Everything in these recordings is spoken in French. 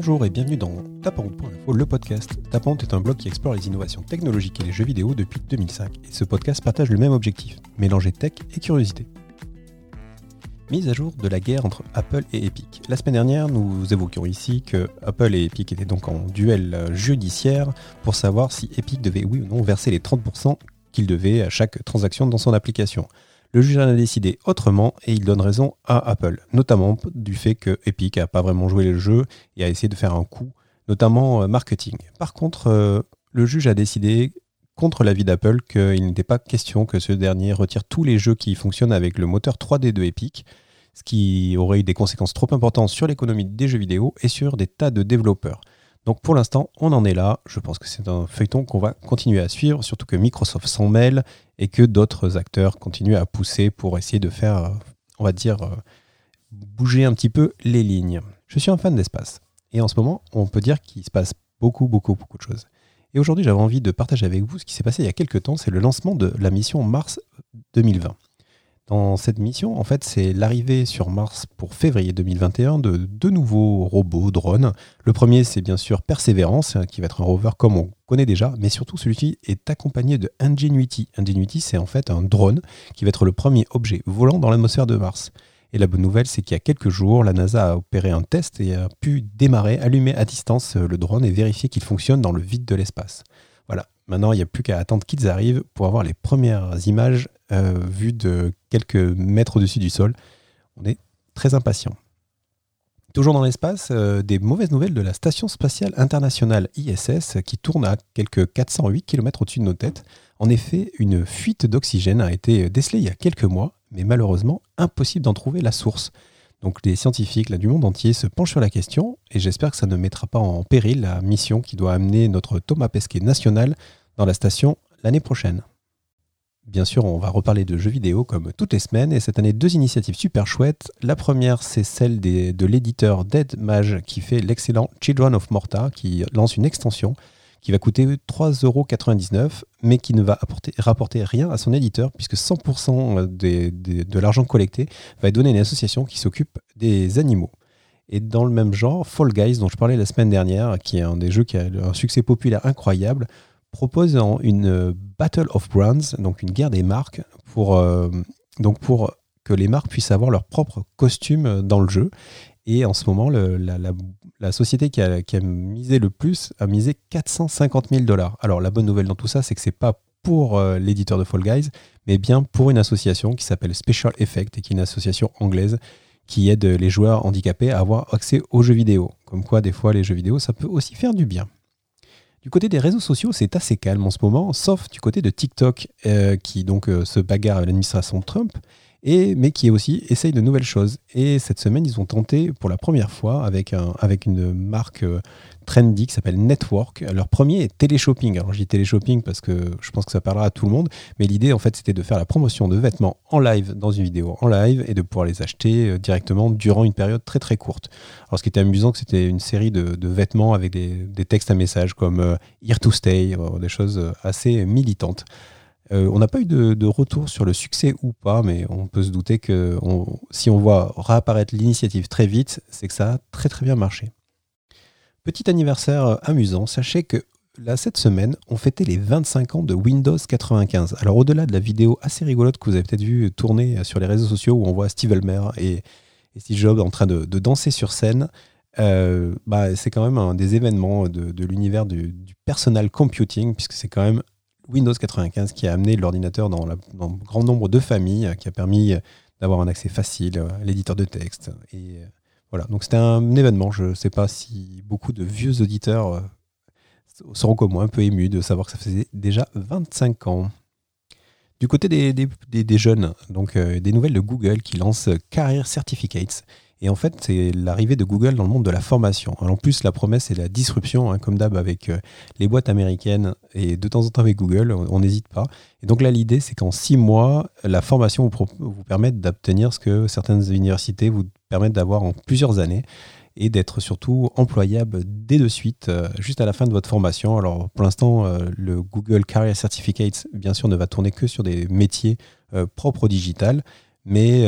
Bonjour et bienvenue dans Tapant.info, le podcast. Tapant est un blog qui explore les innovations technologiques et les jeux vidéo depuis 2005. Et ce podcast partage le même objectif, mélanger tech et curiosité. Mise à jour de la guerre entre Apple et Epic. La semaine dernière, nous évoquions ici que Apple et Epic étaient donc en duel judiciaire pour savoir si Epic devait oui ou non verser les 30% qu'il devait à chaque transaction dans son application. Le juge en a décidé autrement et il donne raison à Apple, notamment du fait que Epic n'a pas vraiment joué le jeu et a essayé de faire un coup, notamment marketing. Par contre, le juge a décidé contre l'avis d'Apple qu'il n'était pas question que ce dernier retire tous les jeux qui fonctionnent avec le moteur 3D de Epic, ce qui aurait eu des conséquences trop importantes sur l'économie des jeux vidéo et sur des tas de développeurs. Donc pour l'instant, on en est là. Je pense que c'est un feuilleton qu'on va continuer à suivre, surtout que Microsoft s'en mêle et que d'autres acteurs continuent à pousser pour essayer de faire, on va dire, bouger un petit peu les lignes. Je suis un fan d'espace et en ce moment, on peut dire qu'il se passe beaucoup de choses. Et aujourd'hui, j'avais envie de partager avec vous ce qui s'est passé il y a quelques temps, c'est le lancement de la mission Mars 2020. Dans cette mission, en fait, c'est l'arrivée sur Mars pour février 2021 de deux nouveaux robots, drones. Le premier, c'est bien sûr Perseverance, qui va être un rover comme on connaît déjà, mais surtout celui-ci est accompagné de Ingenuity. Ingenuity, c'est en fait un drone qui va être le premier objet volant dans l'atmosphère de Mars. Et la bonne nouvelle, c'est qu'il y a quelques jours, la NASA a opéré un test et a pu démarrer, allumer à distance le drone et vérifier qu'il fonctionne dans le vide de l'espace. Voilà, maintenant il n'y a plus qu'à attendre qu'ils arrivent pour avoir les premières images vues de quelques mètres au-dessus du sol. On est très impatients. Toujours dans l'espace, des mauvaises nouvelles de la Station spatiale internationale ISS qui tourne à quelques 408 km au-dessus de nos têtes. En effet, une fuite d'oxygène a été décelée il y a quelques mois, mais malheureusement impossible d'en trouver la source. Donc les scientifiques là, du monde entier se penchent sur la question et j'espère que ça ne mettra pas en péril la mission qui doit amener notre Thomas Pesquet national dans la station l'année prochaine. Bien sûr, on va reparler de jeux vidéo comme toutes les semaines et cette année, deux initiatives super chouettes. La première, c'est celle de l'éditeur Dead Mage qui fait l'excellent Children of Morta qui lance une extension qui va coûter 3,99 €, mais qui ne va rapporter rien à son éditeur, puisque 100% de l'argent collecté va être donné à une association qui s'occupe des animaux. Et dans le même genre, Fall Guys, dont je parlais la semaine dernière, qui est un des jeux qui a un succès populaire incroyable, propose une Battle of Brands, donc une guerre des marques, pour que les marques puissent avoir leur propre costume dans le jeu. Et en ce moment, la société qui a misé le plus a misé 450 000 $. Alors la bonne nouvelle dans tout ça, c'est que c'est pas pour l'éditeur de Fall Guys, mais bien pour une association qui s'appelle Special Effect et qui est une association anglaise qui aide les joueurs handicapés à avoir accès aux jeux vidéo. Comme quoi, des fois, les jeux vidéo, ça peut aussi faire du bien. Du côté des réseaux sociaux, c'est assez calme en ce moment, sauf du côté de TikTok, qui donc se bagarre avec l'administration Trump, mais qui aussi essaye de nouvelles choses. Et cette semaine, ils ont tenté pour la première fois avec une marque trendy qui s'appelle Network. Leur premier est téléshopping. Alors je dis téléshopping parce que je pense que ça parlera à tout le monde, mais l'idée en fait c'était de faire la promotion de vêtements en live dans une vidéo en live et de pouvoir les acheter directement durant une période très très courte. Alors ce qui était amusant, que c'était une série de vêtements avec des textes à message comme Here to Stay, des choses assez militantes. On n'a pas eu de retour sur le succès ou pas, mais on peut se douter que si on voit réapparaître l'initiative très vite, c'est que ça a très très bien marché. Petit anniversaire amusant, sachez que là, cette semaine, on fêtait les 25 ans de Windows 95. Alors au-delà de la vidéo assez rigolote que vous avez peut-être vu tourner sur les réseaux sociaux où on voit Steve Ballmer et Steve Jobs en train de danser sur scène, c'est quand même un des événements de l'univers du personal computing, puisque c'est quand même Windows 95 qui a amené l'ordinateur dans grand nombre de familles, qui a permis d'avoir un accès facile à l'éditeur de texte. Et voilà, donc c'était un événement. Je ne sais pas si beaucoup de vieux auditeurs seront comme moi un peu émus de savoir que ça faisait déjà 25 ans. Du côté des jeunes, donc des nouvelles de Google qui lance Career Certificates. Et en fait, c'est l'arrivée de Google dans le monde de la formation. Alors en plus, la promesse, c'est la disruption, comme d'hab avec les boîtes américaines et de temps en temps avec Google, on n'hésite pas. Et donc là, l'idée, c'est qu'en 6 mois, la formation vous permette d'obtenir ce que certaines universités vous permettent d'avoir en plusieurs années et d'être surtout employable dès de suite, juste à la fin de votre formation. Alors pour l'instant, le Google Career Certificates, bien sûr, ne va tourner que sur des métiers propres au digital. mais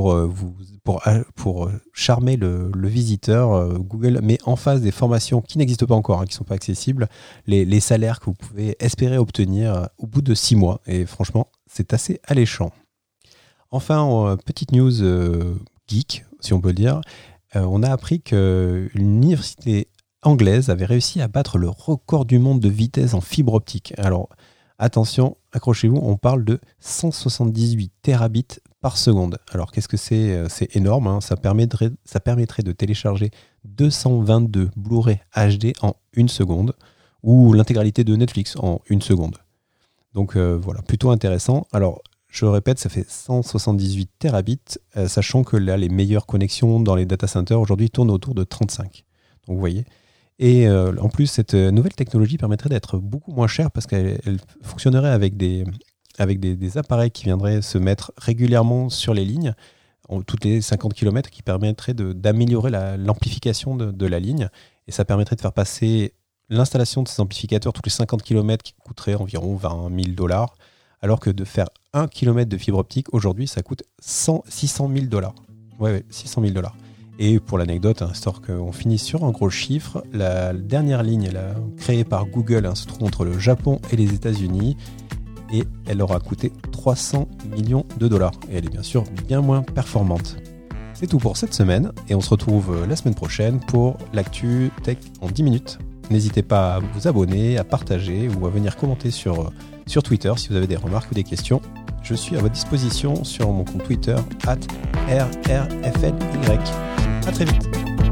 pour charmer le visiteur, Google met en face des formations qui n'existent pas encore, qui ne sont pas accessibles, les salaires que vous pouvez espérer obtenir au bout de 6 mois. Et franchement, c'est assez alléchant. Enfin, petite news geek, si on peut le dire, on a appris qu'une université anglaise avait réussi à battre le record du monde de vitesse en fibre optique. Alors, attention, accrochez-vous, on parle de 178 terabits par seconde. Alors, qu'est-ce que c'est ? C'est énorme, hein. Ça permettrait de télécharger 222 Blu-ray HD en 1 seconde, ou l'intégralité de Netflix en 1 seconde. Donc voilà, plutôt intéressant. Alors, je répète, ça fait 178 terabits, sachant que là, les meilleures connexions dans les data centers aujourd'hui tournent autour de 35. Donc vous voyez. Et en plus, cette nouvelle technologie permettrait d'être beaucoup moins chère parce qu'elle fonctionnerait avec des appareils qui viendraient se mettre régulièrement sur les lignes, toutes les 50 km, qui permettraient d'améliorer l'amplification de la ligne. Et ça permettrait de faire passer l'installation de ces amplificateurs tous les 50 km qui coûterait environ 20 000 $, alors que de faire 1 km de fibre optique, aujourd'hui, ça coûte 600 000 $. Ouais, 600 000 $. Et pour l'anecdote, histoire qu'on finisse sur un gros chiffre, la dernière ligne créée par Google se trouve entre le Japon et les États-Unis, et elle aura coûté 300 millions de $. Et elle est bien sûr bien moins performante. C'est tout pour cette semaine, et on se retrouve la semaine prochaine pour l'actu tech en 10 minutes. N'hésitez pas à vous abonner, à partager ou à venir commenter sur Twitter si vous avez des remarques ou des questions. Je suis à votre disposition sur mon compte Twitter @rrfly. À très vite.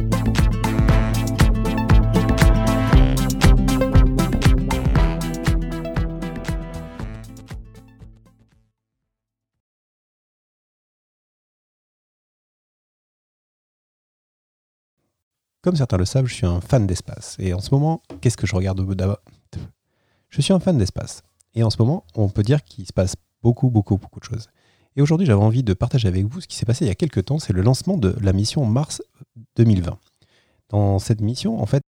Comme certains le savent, je suis un fan d'espace. Et en ce moment, qu'est-ce que je regarde d'abord ? Je suis un fan d'espace. Et en ce moment, on peut dire qu'il se passe beaucoup de choses. Et aujourd'hui, j'avais envie de partager avec vous ce qui s'est passé il y a quelques temps. C'est le lancement de la mission Mars 2020. Dans cette mission, en fait,